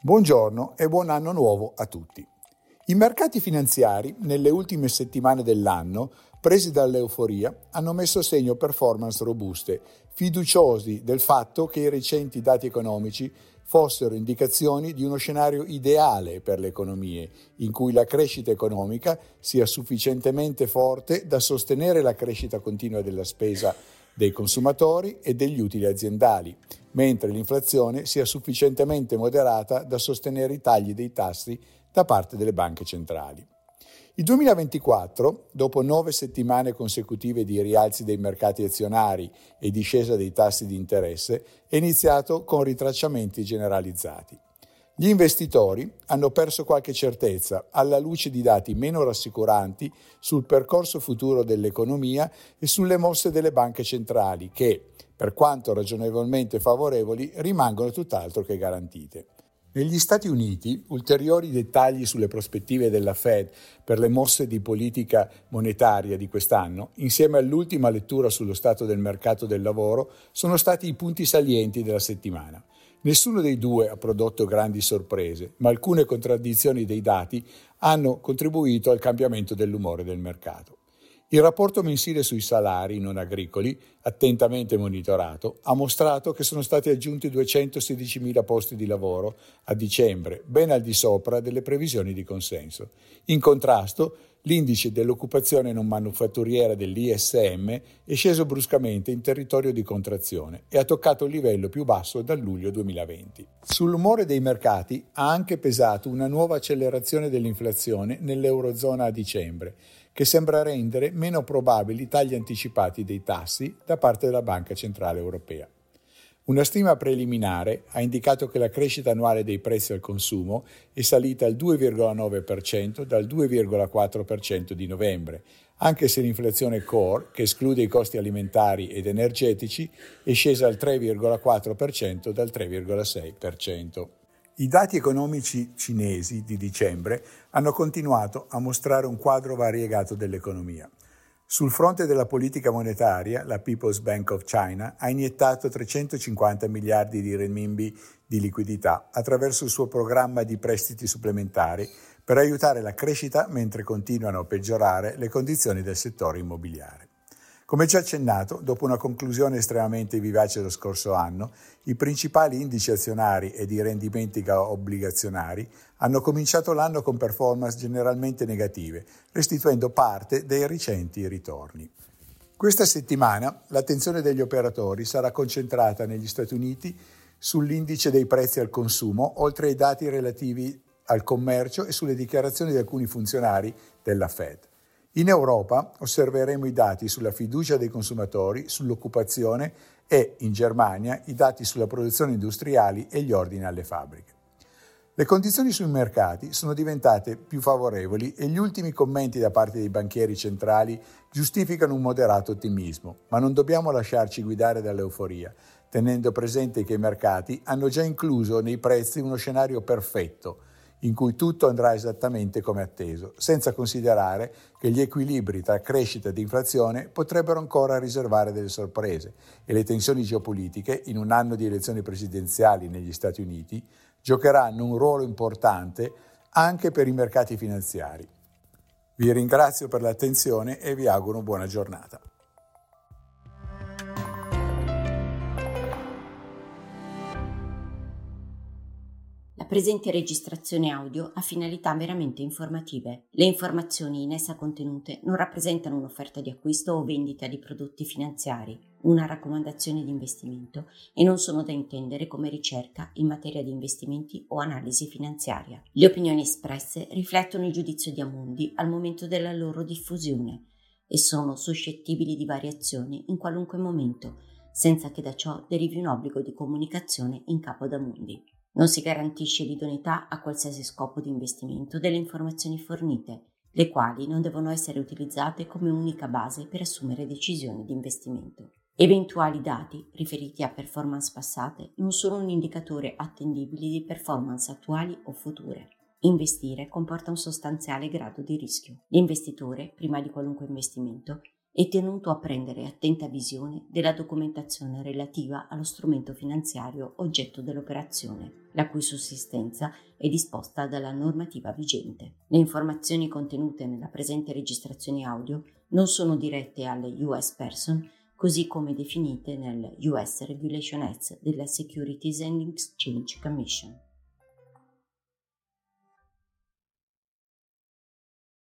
Buongiorno e buon anno nuovo a tutti. I mercati finanziari, nelle ultime settimane dell'anno, presi dall'euforia, hanno messo a segno performance robuste, fiduciosi del fatto che i recenti dati economici fossero indicazioni di uno scenario ideale per le economie, in cui la crescita economica sia sufficientemente forte da sostenere la crescita continua della spesa dei consumatori e degli utili aziendali, mentre l'inflazione sia sufficientemente moderata da sostenere i tagli dei tassi da parte delle banche centrali. Il 2024, dopo 9 settimane consecutive di rialzi dei mercati azionari e discesa dei tassi di interesse, è iniziato con ritracciamenti generalizzati. Gli investitori hanno perso qualche certezza alla luce di dati meno rassicuranti sul percorso futuro dell'economia e sulle mosse delle banche centrali che, per quanto ragionevolmente favorevoli, rimangono tutt'altro che garantite. Negli Stati Uniti, ulteriori dettagli sulle prospettive della Fed per le mosse di politica monetaria di quest'anno, insieme all'ultima lettura sullo stato del mercato del lavoro, sono stati i punti salienti della settimana. Nessuno dei due ha prodotto grandi sorprese, ma alcune contraddizioni dei dati hanno contribuito al cambiamento dell'umore del mercato. Il rapporto mensile sui salari non agricoli, attentamente monitorato, ha mostrato che sono stati aggiunti 216.000 posti di lavoro a dicembre, ben al di sopra delle previsioni di consenso. In contrasto, l'indice dell'occupazione non manufatturiera dell'ISM è sceso bruscamente in territorio di contrazione e ha toccato il livello più basso dal luglio 2020. Sull'umore dei mercati ha anche pesato una nuova accelerazione dell'inflazione nell'Eurozona a dicembre, che sembra rendere meno probabili tagli anticipati dei tassi da parte della Banca Centrale Europea. Una stima preliminare ha indicato che la crescita annuale dei prezzi al consumo è salita al 2,9% dal 2,4% di novembre, anche se l'inflazione core, che esclude i costi alimentari ed energetici, è scesa al 3,4% dal 3,6%. I dati economici cinesi di dicembre hanno continuato a mostrare un quadro variegato dell'economia. Sul fronte della politica monetaria, la People's Bank of China ha iniettato 350 miliardi di renminbi di liquidità attraverso il suo programma di prestiti supplementari per aiutare la crescita mentre continuano a peggiorare le condizioni del settore immobiliare. Come già accennato, dopo una conclusione estremamente vivace lo scorso anno, i principali indici azionari ed i rendimenti obbligazionari hanno cominciato l'anno con performance generalmente negative, restituendo parte dei recenti ritorni. Questa settimana l'attenzione degli operatori sarà concentrata negli Stati Uniti sull'indice dei prezzi al consumo, oltre ai dati relativi al commercio e sulle dichiarazioni di alcuni funzionari della Fed. In Europa osserveremo i dati sulla fiducia dei consumatori, sull'occupazione e, in Germania, i dati sulla produzione industriali e gli ordini alle fabbriche. Le condizioni sui mercati sono diventate più favorevoli e gli ultimi commenti da parte dei banchieri centrali giustificano un moderato ottimismo, ma non dobbiamo lasciarci guidare dall'euforia, tenendo presente che i mercati hanno già incluso nei prezzi uno scenario perfetto, in cui tutto andrà esattamente come atteso, senza considerare che gli equilibri tra crescita ed inflazione potrebbero ancora riservare delle sorprese e le tensioni geopolitiche, in un anno di elezioni presidenziali negli Stati Uniti, giocheranno un ruolo importante anche per i mercati finanziari. Vi ringrazio per l'attenzione e vi auguro buona giornata. La presente registrazione audio ha finalità meramente informative. Le informazioni in essa contenute non rappresentano un'offerta di acquisto o vendita di prodotti finanziari, una raccomandazione di investimento e non sono da intendere come ricerca in materia di investimenti o analisi finanziaria. Le opinioni espresse riflettono il giudizio di Amundi al momento della loro diffusione e sono suscettibili di variazioni in qualunque momento, senza che da ciò derivi un obbligo di comunicazione in capo ad Amundi. Non si garantisce l'idoneità a qualsiasi scopo di investimento delle informazioni fornite, le quali non devono essere utilizzate come unica base per assumere decisioni di investimento. Eventuali dati riferiti a performance passate non sono un indicatore attendibile di performance attuali o future. Investire comporta un sostanziale grado di rischio. L'investitore, prima di qualunque investimento, è tenuto a prendere attenta visione della documentazione relativa allo strumento finanziario oggetto dell'operazione, la cui sussistenza è disposta dalla normativa vigente. Le informazioni contenute nella presente registrazione audio non sono dirette alle US Person, così come definite nel US Regulation Act della Securities and Exchange Commission.